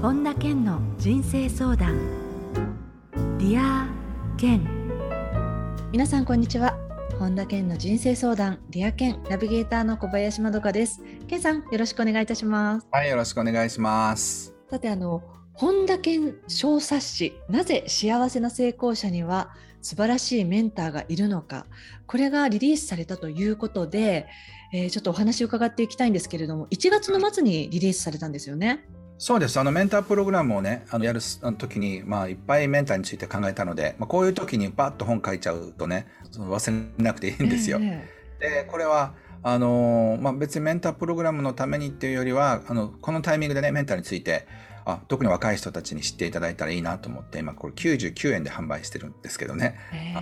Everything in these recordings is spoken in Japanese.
本田健の人生相談。ディア健。皆さんこんにちは。本田健の人生相談ディア健ナビゲーターの小林まどかです。健さん、よろしくお願いいたします。 はい、よろしくお願いします。 さて、本田健小冊子、なぜ幸せな成功者には素晴らしいメンターがいるのか、これがリリースされたということで、ちょっとお話を伺っていきたいんですけれども、1月の末にリリースされたんですよね。 そうです。メンタープログラムをね、やる時に、いっぱいメンターについて考えたので、こういう時にバッと本書いちゃうとね、忘れなくていいんですよ。で、これは、別にメンタープログラムのためにっていうよりは、このタイミングでね、メンターについて、特に若い人たちに知っていただいたらいいなと思って、今これ99円で販売してるんですけどね。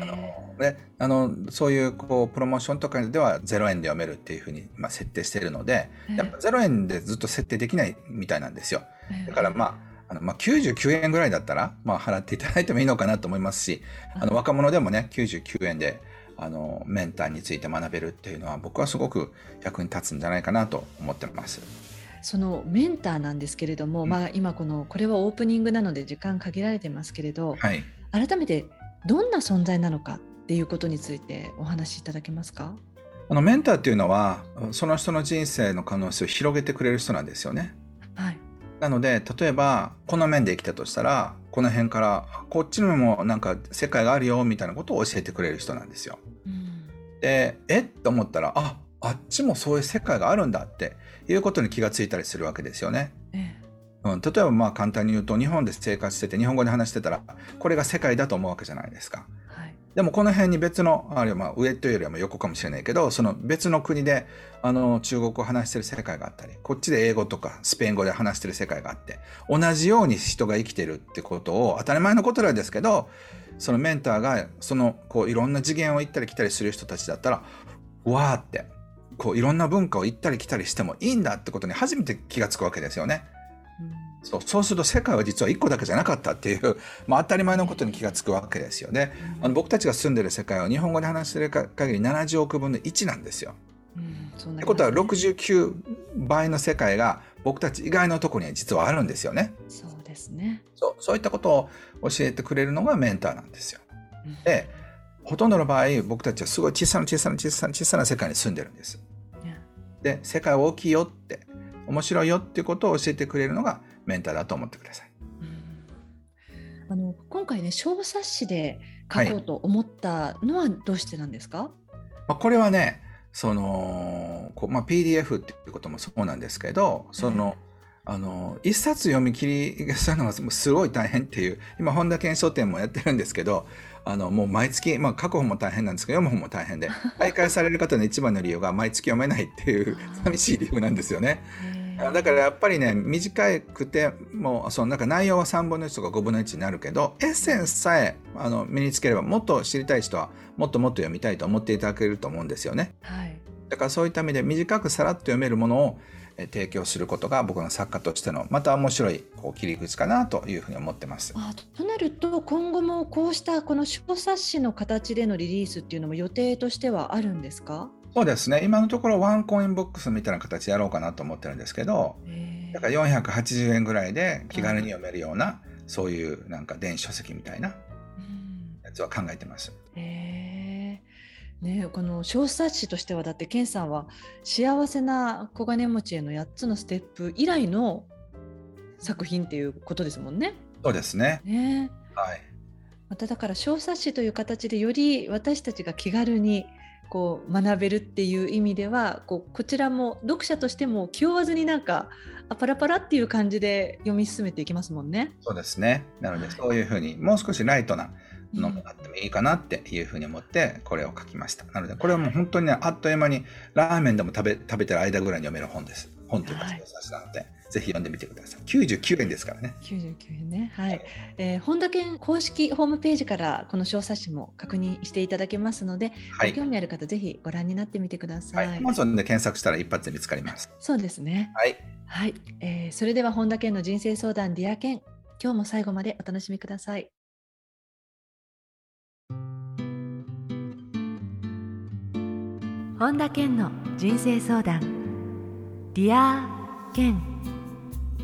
そういうプロモーションとかでは0円で読めるっていうふうに設定しているので、やっぱ0円でずっと設定できないみたいなんですよ。だから99円ぐらいだったら、払っていただいてもいいのかなと思いますし、若者でもね、99円でメンターについて学べるっていうのは僕はすごく役に立つんじゃないかなと思ってます。 そのメンターなんですけれども、今これはオープニングなので時間限られてますけれど、 はい、 改めてどんな存在なのかっていうことについてお話しいただけますか？ メンターっていうのはその人の人生の可能性を広げてくれる人なんですよね。 はい。 なので例えばこの面で生きたとしたら、この辺からこっちにもなんか世界があるよみたいなことを教えてくれる人なんですよ。で、と思ったらあっちもそういう世界があるんだっていうことに気がついたりするわけですよね。例えば簡単に言うと、日本で生活してて日本語で話してたらこれが世界だと思うわけじゃないですか。はい、でもこの辺に別の、あるいは上というよりは横かもしれないけど、その別の国で中国語を話してる世界があったり、こっちで英語とかスペイン語で話してる世界があって、同じように人が生きてるってことを、当たり前のことなんですけど、そのメンターがいろんな次元を行ったり来たりする人たちだったら、わーっていろんな文化を行ったり来たりしてもいいんだってことに初めて気がつくわけですよね。そうすると世界は実は1個だけじゃなかったっていう、当たり前のことに気がつくわけですよね。僕たちが住んでる世界は日本語で話してる限り70億分の1なんですよ。ってことは69倍の世界が僕たち以外のところには実はあるんですよね。 そうですね。 そういったことを教えてくれるのがメンターなんですよ。で、ほとんどの場合僕たちはすごい小さな世界に住んでるんです。で、世界は大きいよって、面白いよっていうことを教えてくれるのがメンターだと思ってください。 今回ね、小冊子で書こうと思ったのはどうしてなんですか？ これはね、PDF っていうこともそうなんですけど、一冊読み切りするのがすごい大変っていう、今本田健書店もやってるんですけど、もう毎月、書く本も大変なんですけど、読む本も大変で、徘徊される方の一番の理由が毎月読めないっていう寂しい理由なんですよね。だからやっぱりね、短くてもなんか内容は3分の1とか5分の1になるけど、エッセンスさえ身につければ、もっと知りたい人はもっともっと読みたいと思っていただけると思うんですよね。はい、だからそういった意味で短くさらっと読めるものを提供することが僕の作家としてのまた面白い切り口かなというふうに思ってます。 となると今後もこうしたこの小冊子の形でのリリースっていうのも予定としてはあるんですか？ そうですね、今のところワンコインボックスみたいな形でやろうかなと思ってるんですけど、だから480円ぐらいで気軽に読めるような、そういうなんか電子書籍みたいなやつは考えてます。 この小冊子としては、だって健さんは幸せな小金持ちへの8つのステップ以来の作品っていうことですもんね。 そうですね。はい。 まただから小冊子という形でより私たちが気軽に学べるっていう意味では、こちらも読者としても気負わずになんかパラパラっていう感じで読み進めていきますもんね。 そうですね。なのでそういうふうにもう少しライトなのもあってもいいかなっていうふうに思ってこれを書きました。なのでこれはもう本当にね、あっという間にラーメンでも食べてる間ぐらいに読める本です。本というか小冊子なので、ぜひ読んでみてください。99円ですからね。 99円ね。はい。本田健公式ホームページからこの小冊子も確認していただけますので、ご興味ある方ぜひご覧になってみてください。 Amazon で検索したら一発で見つかります。 そうですね。 はい。 はい。それでは本田健の人生相談ディア健、今日も最後までお楽しみください。本田健の人生相談ディア健。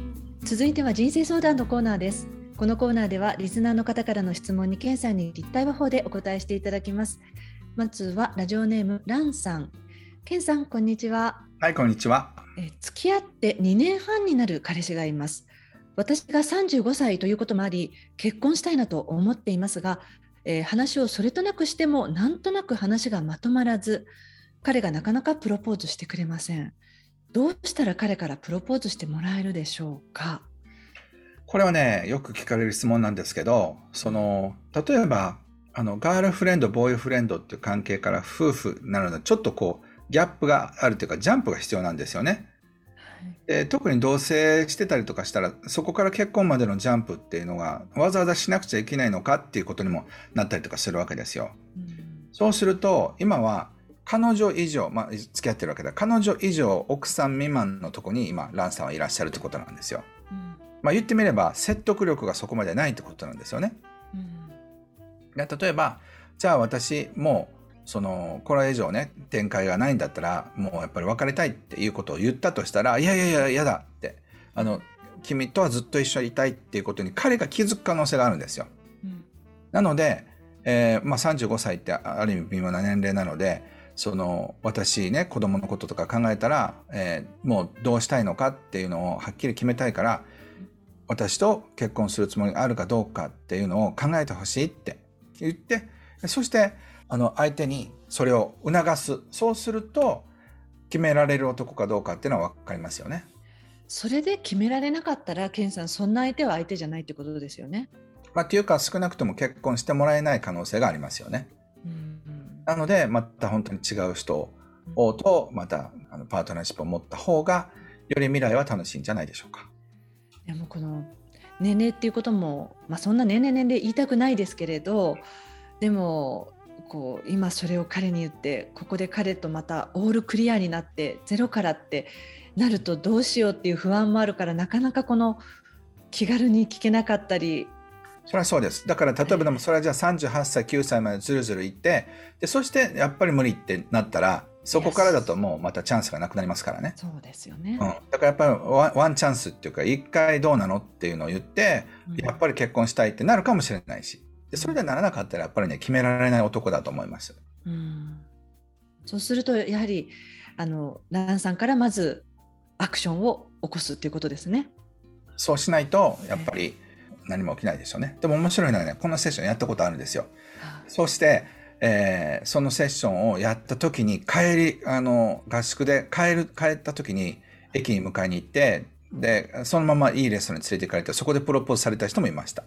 続いては人生相談のコーナーです。このコーナーではリスナーの方からの質問にケンさんに立体話法でお答えしていただきます。まずはラジオネームランさん。ケンさん、こんにちは。 はい、こんにちは。 付き合って2年半になる彼氏がいます。私が35歳ということもあり、結婚したいなと思っていますが、話をそれとなくしてもなんとなく話がまとまらず、彼がなかなかプロポーズしてくれません。どうしたら彼からプロポーズしてもらえるでしょうか。 これはね、よく聞かれる質問なんですけど、例えば、ガールフレンド、ボーイフレンドっていう関係から夫婦になるので、ちょっとギャップがあるというか、ジャンプが必要なんですよね。で、特に同棲してたりとかしたら、そこから結婚までのジャンプっていうのが、わざわざしなくちゃいけないのかっていうことにもなったりとかするわけですよ。そうすると、今は、彼女以上、付き合ってるわけだ。彼女以上、奥さん未満のとこに今、ランさんはいらっしゃるってことなんですよ。言ってみれば、説得力がそこまでないってことなんですよね。例えば、じゃあ私、もう、これ以上ね、展開がないんだったら、もうやっぱり別れたいっていうことを言ったとしたら、いやいやいや、嫌だって、君とはずっと一緒にいたいっていうことに彼が気づく可能性があるんですよ。なので、35歳ってある意味微妙な年齢なので、私ね、子供のこととか考えたら、もうどうしたいのかっていうのをはっきり決めたいから、私と結婚するつもりがあるかどうかっていうのを考えてほしいって言って、そして相手にそれを促す。そうすると決められる男かどうかっていうのは分かりますよね。 それで決められなかったら、ケンさん、そんな相手は相手じゃないってことですよね。 っていうか、少なくとも結婚してもらえない可能性がありますよね。なので、また本当に違う人とまたパートナーシップを持った方がより未来は楽しいんじゃないでしょうか。 でもこの年齢っていうことも、そんな年齢言いたくないですけれど、でも今それを彼に言って、ここで彼とまたオールクリアになってゼロからってなるとどうしようっていう不安もあるから、なかなか気軽に聞けなかったり。 それはそうです。だから例えばでもそれはじゃあ38歳9歳までずるずるいって、でそしてやっぱり無理ってなったら、そこからだともうまたチャンスがなくなりますからね。 そうですよね。 だからやっぱりワンチャンスっていうか、一回どうなのっていうのを言って、やっぱり結婚したいってなるかもしれないし、でそれでならなかったらやっぱりね、決められない男だと思います。 そうするとやはりランさんからまずアクションを起こすっていうことですね。 そうしないとやっぱり何も起きないですよね。でも面白いのはね、このセッションやったことあるんですよ。そしてそのセッションをやった時に合宿で帰った時に駅に迎えに行って、でそのままいいレストランに連れて行かれて、そこでプロポーズされた人もいました。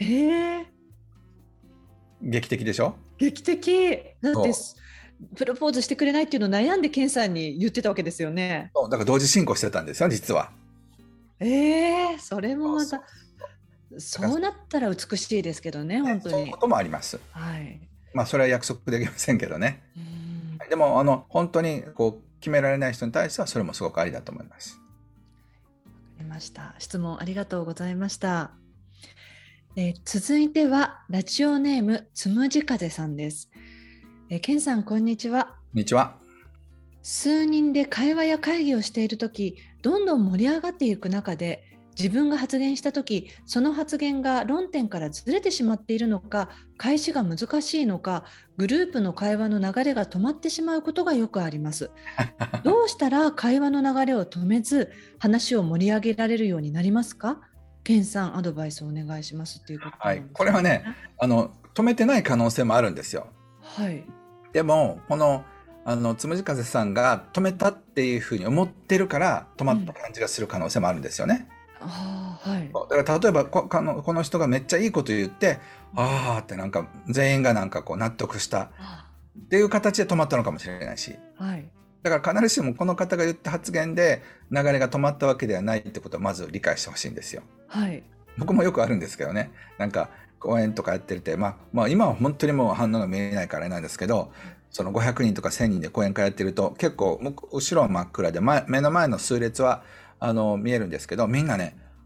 劇的でしょ。 劇的だって、プロポーズしてくれないっていうのを悩んでケンさんに言ってたわけですよね。 だから同時進行してたんですよ、実は。 それもまたそうなったら美しいですけどね、本当に。 そういうこともあります。 はいそれは約束できませんけどね。でも本当に決められない人に対してはそれもすごくありだと思います。 わかりました。質問ありがとうございました。続いてはラジオネームつむじ風さんです。ケンさん、こんにちは。 こんにちは。 数人で会話や会議をしているとき、どんどん盛り上がっていく中で、自分が発言したとき、その発言が論点からずれてしまっているのか、開始が難しいのか、グループの会話の流れが止まってしまうことがよくあります。どうしたら会話の流れを止めず、話を盛り上げられるようになりますか？ケンさん、アドバイスをお願いしますっていうことなんですね。 これはね、止めてない可能性もあるんですよ。でもつむじ風さんが止めたっていうふうに思ってるから止まった感じがする可能性もあるんですよね。だから例えばこの人がめっちゃいいこと言ってって全員が納得したっていう形で止まったのかもしれないし、だから必ずしもこの方が言った発言で流れが止まったわけではないってことをまず理解してほしいんですよ。僕もよくあるんですけどね、講演とかやってて、今は本当にもう反応が見えないからあれなんですけど、その500人とか1000人で講演会やってると結構後ろは真っ暗で目の前の数列は見えるんですけど、みんなね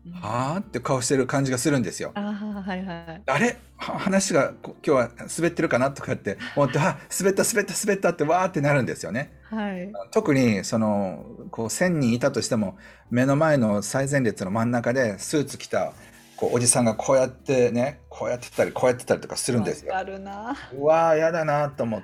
はーって顔してる感じがするんですよ。 ああ、はいはい。 あれ話が今日は滑ってるかなとかって思って、滑った滑った滑ったってわーってなるんですよね。 はい。 特にこう1000人いたとしても、目の前の最前列の真ん中でスーツ着たこうおじさんがこうやってね、こうやってたりこうやってたりとかするんですよ。 わかるな。 うわー、やだなと思って、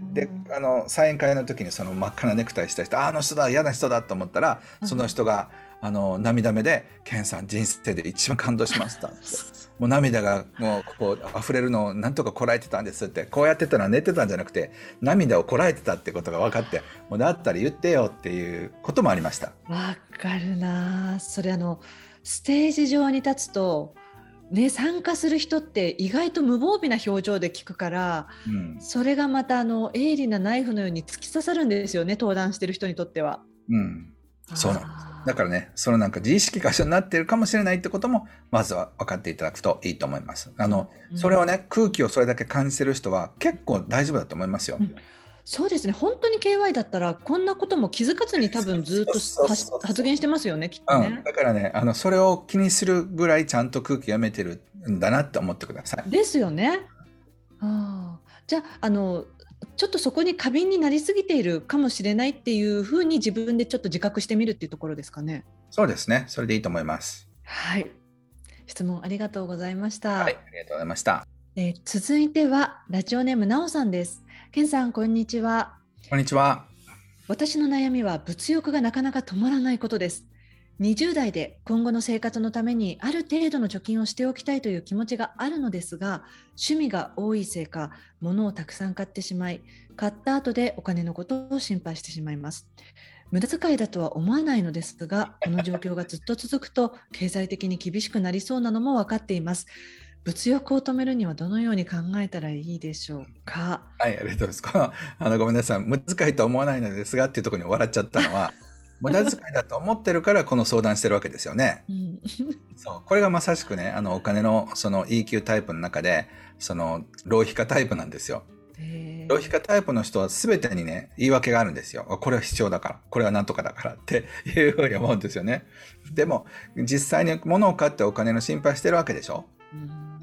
で、 うん。 サイン会の時にその真っ赤なネクタイした人、あの人だ、嫌な人だと思ったら、その人が、涙目で、ケンさん人生で一番感動しましたって。もう涙がもうこう溢れるのをなんとかこらえてたんですって、こうやってたのは寝てたんじゃなくて、涙をこらえてたってことが分かって、もうだったら言ってよっていうこともありました。 わかるな。それステージ上に立つと、ね、参加する人って意外と無防備な表情で聞くから、 うん。 それがまた鋭利なナイフのように突き刺さるんですよね、登壇してる人にとっては。 うん。そうなんです。だあからね、そのなんか自意識過剰になっているかもしれないってことも、まずは分かっていただくといいと思います。 ー、うん、 それをね、空気をそれだけ感じてる人は結構大丈夫だと思いますよ。 うん、そうですね、本当に KY だったらこんなことも気づかずに多分ずっとそうそうそう。 発言してますよね、きっとうん。 ね。 だからね、それを気にするぐらいちゃんと空気読めてるんだなって思ってください。 ですよね。じゃあ、ちょっとそこに過敏になりすぎているかもしれないっていうふうに自分でちょっと自覚してみるっていうところですかね。 そうですね。それでいいと思います。 はい。質問ありがとうございましはい。 た。 ありがとうございました。 続いてはラジオネームなおさんです。けんさん、こんにちは。 こんにちは。 私の悩みは物欲がなかなか止まらないことです。20代で今後の生活のためにある程度の貯金をしておきたいという気持ちがあるのですが、趣味が多いせいか物をたくさん買ってしまい、買った後でお金のことを心配してしまいます。無駄遣いだとは思わないのですが、この状況がずっと続くと経済的に厳しくなりそうなのも分かっています。物欲を止めるにはどのように考えたらいいでしょうか。 はい、ありがとうございます。ごめんなさい。無駄遣いとは思わないのですがっていうところに笑っちゃったのは、無駄遣いだと思ってるからこの相談してるわけですよね。 うん、 そう。これがまさしくね、お金のその EQ タイプの中で、浪費家タイプなんですよ。浪費家タイプの人は全てにね、言い訳があるんですよ。これは必要だから、これはなんとかだからっていうふうに思うんですよね。でも、実際に物を買ってお金の心配してるわけでしょ。 うん、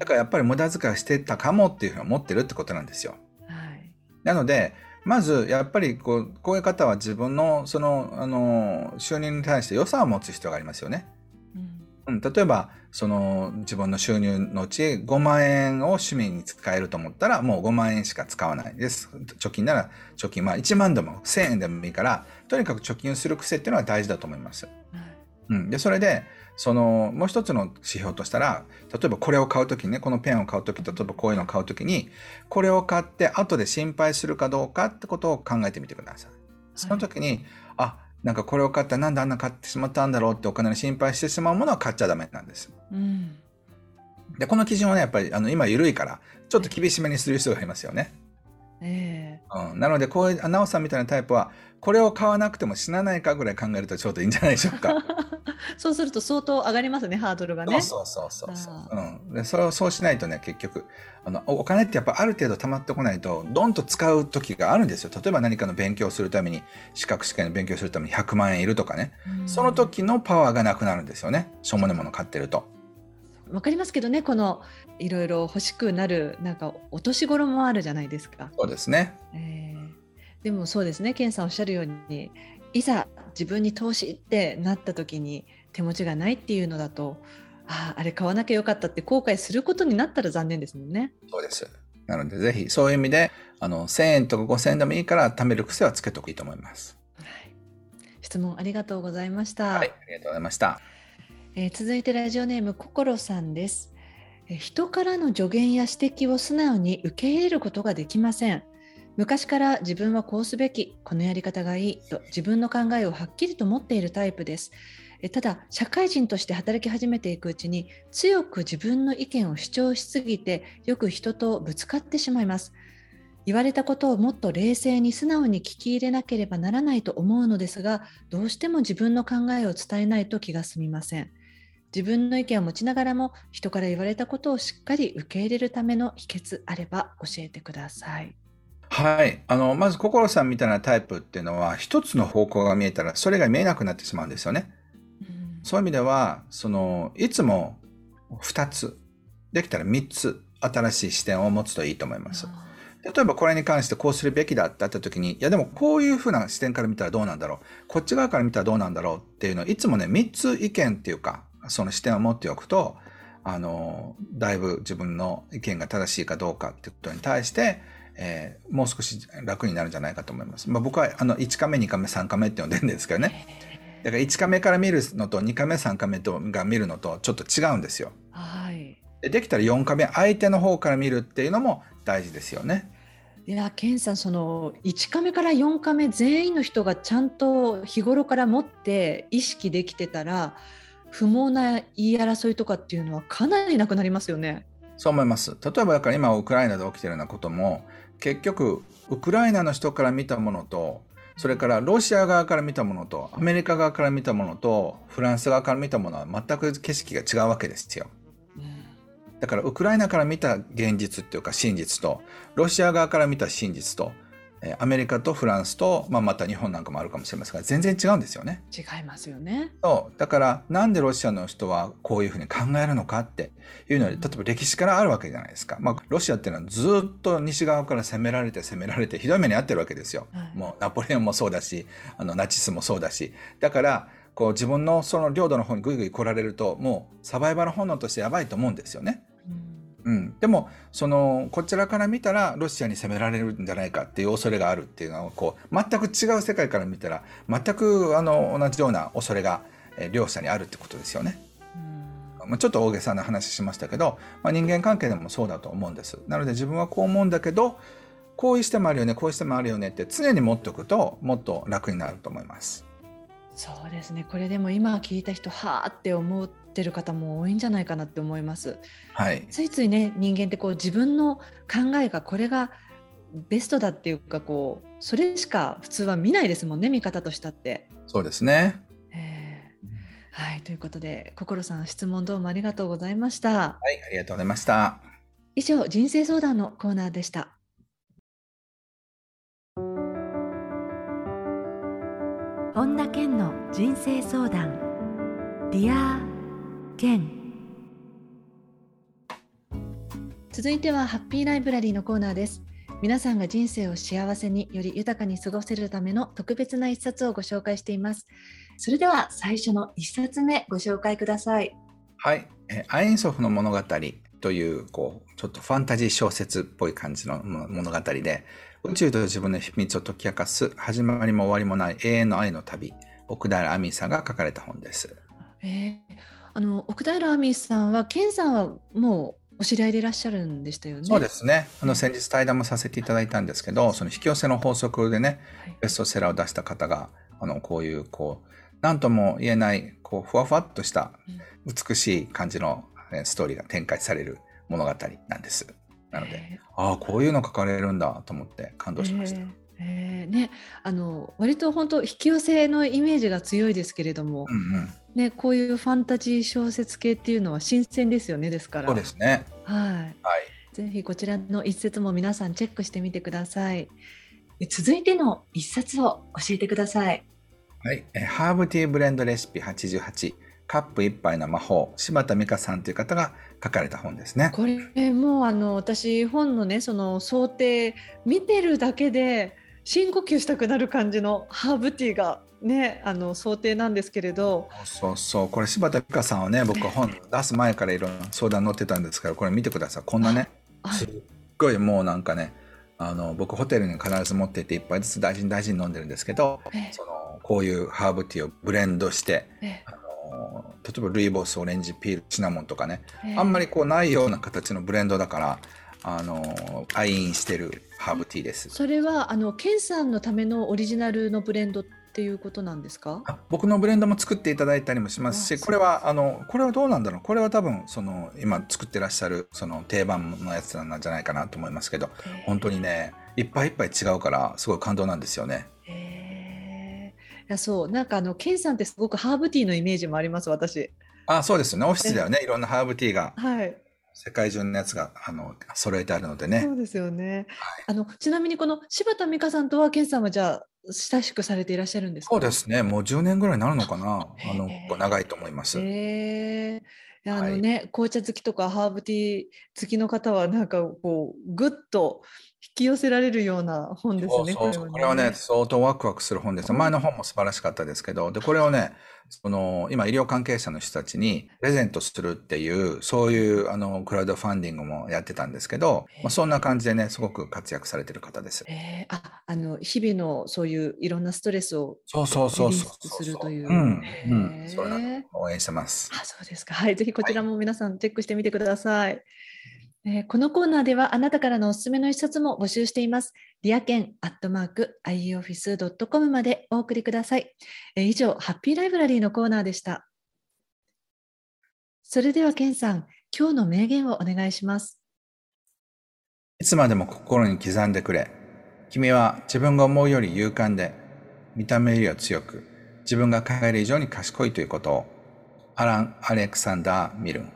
だからやっぱり無駄遣いしてたかもっていうふうに思ってるってことなんですよ。 はい、 なので、まずやっぱりこういう方は自分の収入に対して予算を持つ必要がありますよね。 うん、 うん、例えば自分の収入のうち5万円を趣味に使えると思ったらもう5万円しか使わないです。貯金なら貯金、まあ1万でも1000円でもいいから、とにかく貯金する癖っていうのは大事だと思います。 はい、 うん、でそれでもう一つの指標としたら、例えばこれを買うときにね、このペンを買うとき、例えばこういうのを買うときに、これを買って後で心配するかどうかってことを考えてみてください。そはい、 の時に、なんかこれを買ったらなんであんな買ってしまったんだろうってお金の心配してしまうものは買っちゃダメなんです。 うん、 で、この基準はね、やっぱり今緩いから、ちょっと厳しめにする必要がありますよね。 えうん、なので、こういう、なおさんみたいなタイプは、これを買わなくても死なないかぐらい考えるとちょうどいいんじゃないでしょうか。 そうすると相当上がりますね、ハードルがね。 そうそうそうそうそあう。うん。で、そうしないとね、結局、お金ってやっぱある程度貯まってこないと、どんと使う時があるんですよ。例えば何かの勉強をするために、資格試験の勉強をするために100万円いるとかね。 うそのん、 時のパワーがなくなるんですよね。しょうもないものを買ってると。 わかりますけどね、このいろいろ欲しくなるなんかお年頃もあるじゃないですか。 そうですね。 でもそうですね、ケンさんおっしゃるように、いざ自分に投資ってなった時に手持ちがないっていうのだと、あれ買わなきゃよかったって後悔することになったら残念ですもんね。 そうです。なので、ぜひ、そういう意味で、1000円とか5000円でもいいから、貯める癖はつけておくといいと思います。 はい、質問ありがとうございましはい、 た。 ありがとうございました。 続いてラジオネームこころさんです。人からの助言や指摘を素直に受け入れることができません。昔から自分はこうすべき、このやり方がいいと自分の考えをはっきりと持っているタイプです。ただ、社会人として働き始めていくうちに強く自分の意見を主張しすぎてよく人とぶつかってしまいます。言われたことをもっと冷静に素直に聞き入れなければならないと思うのですが、どうしても自分の考えを伝えないと気が済みません。自分の意見を持ちながらも人から言われたことをしっかり受け入れるための秘訣あれば教えてください。 はい。まず、心さんみたいなタイプっていうのは、一つの方向が見えたら、それが見えなくなってしまうんですよね。 うん、 そういう意味では、いつも2つ、できたら3つ新しい視点を持つといいと思います。例えばこれに関してこうするべきだってあった時に、いやでもこういうふうな視点から見たらどうなんだろう、こっち側から見たらどうなんだろうっていうのをいつもね、3つ意見っていうか、その視点を持っておくと、だいぶ自分の意見が正しいかどうかっていうことに対して、もう少し楽になるんじゃないかと思います。僕は1カメ、2カメ、3カメって呼んでるんですけどね。だから1カメから見るのと2カメ、3カメが見るのとちょっと違うんですよ。 はい。 できたら4カメ、相手の方から見るっていうのも大事ですよね。 いや、ケンさん、1カメから4カメ全員の人がちゃんと日頃から持って意識できてたら、不毛な言い争いとかっていうのはかなりなくなりますよね。 そう思います。例えばだから今ウクライナで起きてるようなことも、結局ウクライナの人から見たものと、それからロシア側から見たものと、アメリカ側から見たものと、フランス側から見たものは全く景色が違うわけですよ。だからウクライナから見た現実っていうか真実と、ロシア側から見た真実と、アメリカとフランスと、また日本なんかもあるかもしれませんが、全然違うんですよね。 違いますよね。 そうだからなんでロシアの人はこういうふうに考えるのかっていうのは、例えば歴史からあるわけじゃないですか。ロシアっていうのはずっと西側から攻められてひどい目に遭ってるわけですよ。もうナポレオンもそうだし、ナチスもそうだし、だからこう自分のその領土の方にぐいぐい来られると、もうサバイバル本能としてやばいと思うんですよね。でもこちらから見たらロシアに攻められるんじゃないかっていう恐れがあるっていうのは、こう全く違う世界から見たら全く同じような恐れが両者にあるってことですよね。ちょっと大げさな話しましたけど、人間関係でもそうだと思うんです。なので自分はこう思うんだけど、こういう視点もあるよね、こういう視点もあるよねって常に持っておくともっと楽になると思います。 そうですね。これでも今聞いた人、はーって思ってる方も多いんじゃないかなって思います。 はい。 ついついね、人間ってこう自分の考えがこれがベストだっていうか、こうそれしか普通は見ないですもんね、見方としたって。 そうですね。 はい、ということで、心さん、質問どうもありがとうございました。 はい、ありがとうございました。 以上、人生相談のコーナーでした。本田健の人生相談。ディア健。続いてはハッピーライブラリーのコーナーです。皆さんが人生を幸せにより豊かに過ごせるための特別な一冊をご紹介しています。それでは最初の一冊目ご紹介ください。 はい、アインソフの物語という、ちょっとファンタジー小説っぽい感じの物語で、宇宙と自分の秘密を解き明かす始まりも終わりもない永遠の愛の旅、奥平亜美さんが書かれた本です。 奥平亜美さんは、健さんはもうお知り合いでいらっしゃるんでしたよね。 そうですね。先日対談もさせていただいたんですけど、その引き寄せの法則でね、ベストセラーを出した方が、こういう何とも言えないふわふわっとした美しい感じのストーリーが展開される物語なんです。なので、こういうの書かれるんだと思って感動しました。 ね、割と本当引き寄せのイメージが強いですけれども、ね、こういうファンタジー小説系っていうのは新鮮ですよね。ですから。 そうですね。 はい。ぜひこちらの一冊も皆さんチェックしてみてください。続いての一冊を教えてください。 はい、ハーブティーブレンドレシピ88、カップ一杯の魔法、柴田美香さんという方が書かれた本ですね。 これも私本のね、その想定見てるだけで深呼吸したくなる感じのハーブティーがね、想定なんですけれど。 そうこれ柴田美香さんはね、僕本出す前からいろんな相談載ってたんですから、これ見てください。こんなね、すっごいもうなんかね、僕ホテルに必ず持っていって一杯ずつ大事に飲んでるんですけど、こういうハーブティーをブレンドして、例えばルイボス、オレンジピール、シナモンとかね、あんまりないような形のブレンドだから、愛飲してるハーブティーです。 それはケンさんのためのオリジナルのブレンドっていうことなんですか？ 僕のブレンドも作っていただいたりもしますし、これはどうなんだろう、これは多分今作ってらっしゃる定番のやつなんじゃないかなと思いますけど、本当にね、いっぱいいっぱい違うからすごい感動なんですよね。 いや、そうなんかケンさんってすごくハーブティーのイメージもあります、私。 そうですよね。オフィスではね、いろんなハーブティーが世界中のやつが揃えてあるのでね。 そうですよね。 はい、 ちなみにこの柴田美香さんとは健さんはじゃあ親しくされていらっしゃるんですそうでか？ すね。もう10年ぐらいになるのかな。 へ結構長いと思いまえ。 す。 へえ。 はい。 紅茶好きとかハーブティー好きの方はなんかこうぐっと引き寄せられるような本ですね、これそうそうそう。これはね、 はね。 相当ワクワクする本ですよ。前の本も素晴らしかったですけど、で、これをね、今、医療関係者の人たちにプレゼントするっていう、そういう、クラウドファンディングもやってたんですけど、まあ、そんな感じでね、すごく活躍されてる方です。 日々のそういういろんなストレスをそうそうリリーそうそうスするとそうそう。ういう。 ん、うん。それなんで、 へえ。 応援してます。 そうですか。はい、ぜひこちらはい。 も皆さんチェックしてみてください。このコーナーではあなたからのおすすめの一冊も募集しています。リアケンアットマーク ioffice.com までお送りください。以上、ハッピーライブラリーのコーナーでした。それではケンさん、今日の名言をお願いします。 いつまでも心に刻んでくれ。君は自分が思うより勇敢で、見た目よりは強く、自分が考える以上に賢いということを。アラン・アレクサンダー・ミルン。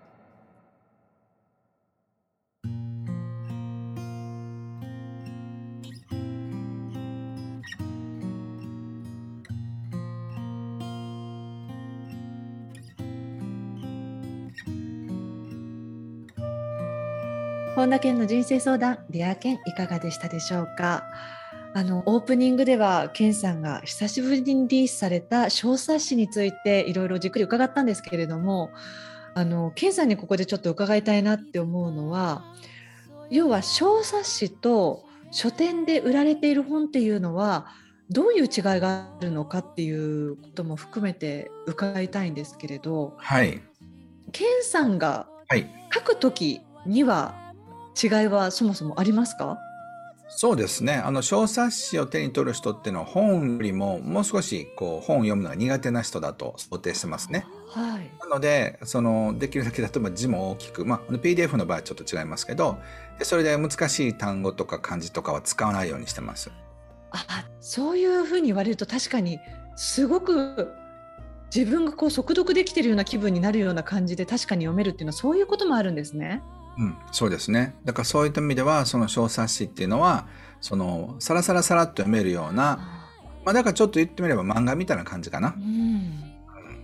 本田健の人生相談、リア健いかがでしたでしょうか。オープニングでは健さんが久しぶりにリリースされた小冊子についていろいろじっくり伺ったんですけれども、健さんにここでちょっと伺いたいなって思うのは、要は小冊子と書店で売られている本っていうのはどういう違いがあるのかっていうことも含めて伺いたいんですけれど、 はい。 健さんがはい。 書くときには違いはそもそもありますか？ そうですね。小冊子を手に取る人っていうのは本よりももう少し本を読むのが苦手な人だと想定してますね。 はい。 なので、できるだけ例えば字も大きく、PDF の場合はちょっと違いますけど、で、それで難しい単語とか漢字とかは使わないようにしてます。 そういうふうに言われると確かにすごく自分が速読できてるような気分になるような感じで確かに読めるっていうのはそういうこともあるんですね。 うん、そうですね。だからそういった意味では、その小冊子っていうのは、サラサラサラっと読めるような、だからちょっと言ってみれば漫画みたいな感じかな。 うん。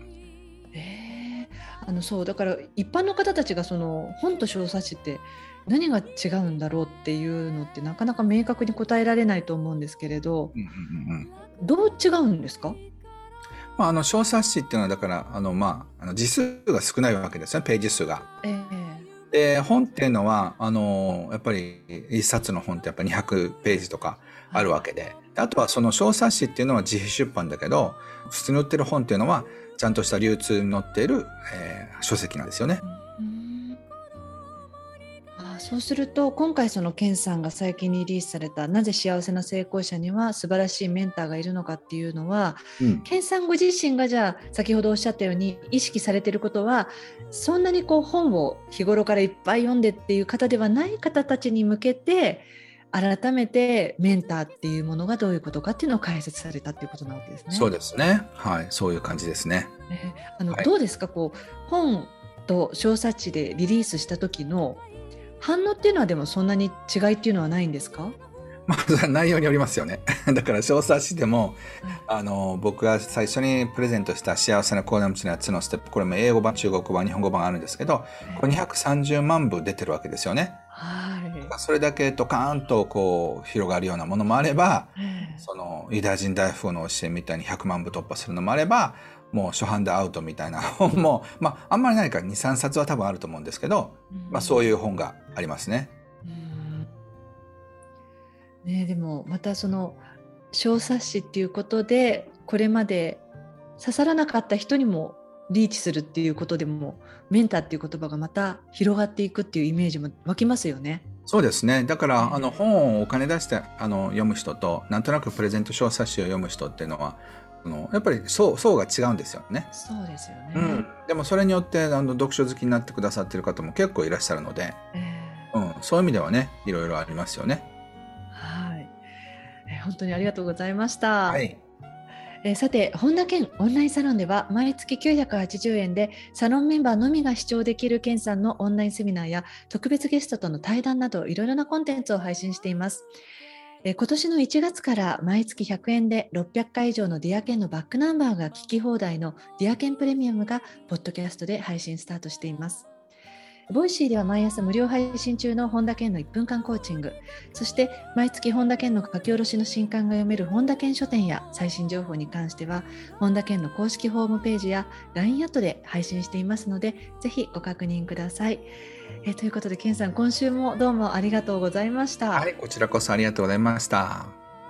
そうだから一般の方たちがその本と小冊子って何が違うんだろうっていうのってなかなか明確に答えられないと思うんですけれど、 うんうんうんうん。 どう違うんですか？ 小冊子っていうのは、だから、字数が少ないわけですね、ページ数が。 ええ。 で、本っていうのは、やっぱり一冊の本ってやっぱ200ページとかあるわけで、あとはその小冊子っていうのは自費出版だけど、普通に売ってる本っていうのは、ちゃんとした流通に載っている、書籍なんですよね。 うん。そうすると今回そのケンさんが最近リリースされた「なぜ幸せな成功者には素晴らしいメンターがいるのか」っていうのは、 うん。 ケンさんご自身がじゃあ先ほどおっしゃったように意識されていることはそんなに本を日頃からいっぱい読んでっていう方ではない方たちに向けて改めてメンターっていうものがどういうことかっていうのを解説されたっていうことなわけですね。 そうですね。はい。そういう感じですね。はい。 どうですか本と小冊子でリリースした時の反応っていうのはでもそんなに違いっていうのはないんですか？ それは内容によりますよね。だから小冊子でも、 はい。 僕が最初にプレゼントした幸せなコーナーのやつのステップ、これも英語版、中国版、日本語版あるんですけど、これ230万部出てるわけですよね。 はい。 それだけドカーンと広がるようなものもあれば、 ええ。 ユダヤ人大富豪の教えみたいに100万部突破するのもあれば、もう初版でアウトみたいな本も、あんまりないから2、3冊は多分あると思うんですけど、そういう本がありますね。 でもまたその小冊子っていうことでこれまで刺さらなかった人にもリーチするっていうことでもメンターっていう言葉がまた広がっていくっていうイメージも湧きますよね。 そうですね。だから、 ええ。 本をお金出して、読む人と、なんとなくプレゼント小冊子を読む人っていうのは、やっぱり層が違うんですよね。 そうですようん。 ね。 でもそれによって、読書好きになってくださってる方も結構いらっしゃるので、 ええ。 そういう意味ではね、いろいろありますよね。 はい。本当にありがとうございました。 はい。 さて、本田健オンラインサロンでは毎月980円でサロンメンバーのみが視聴できる健さんのオンラインセミナーや特別ゲストとの対談などいろいろなコンテンツを配信しています。今年の1月から毎月100円で600回以上のディアケンのバックナンバーが聞き放題のディアケンプレミアムがポッドキャストで配信スタートしています。ボイシーでは毎朝無料配信中の本田健の1分間コーチング、そして毎月本田健の書き下ろしの新刊が読める本田健書店や最新情報に関しては本田健の公式ホームページや LINE アットで配信していますので、ぜひご確認ください。ということで、健さん、今週もどうもありがとうございました。 はい、こちらこそありがとうございました。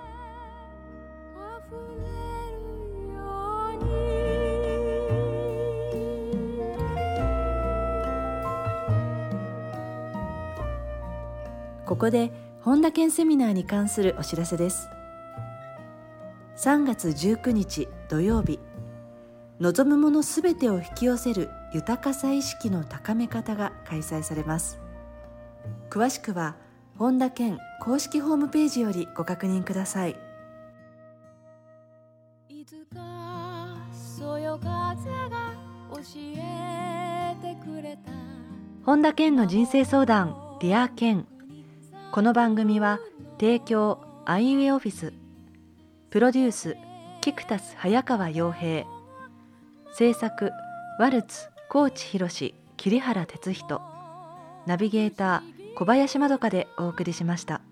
ここで本田健セミナーに関するお知らせです。3月19日土曜日、望むものすべてを引き寄せる豊かさ意識の高め方が開催されます。詳しくは本田健公式ホームページよりご確認ください。いつかそよ風が教えてくれた本田健の人生相談ディア健。この番組は提供アイウェイオフィス、プロデュースキクタス早川洋平、制作ワルツ高知博桐原哲人、ナビゲーター小林まどかでお送りしました。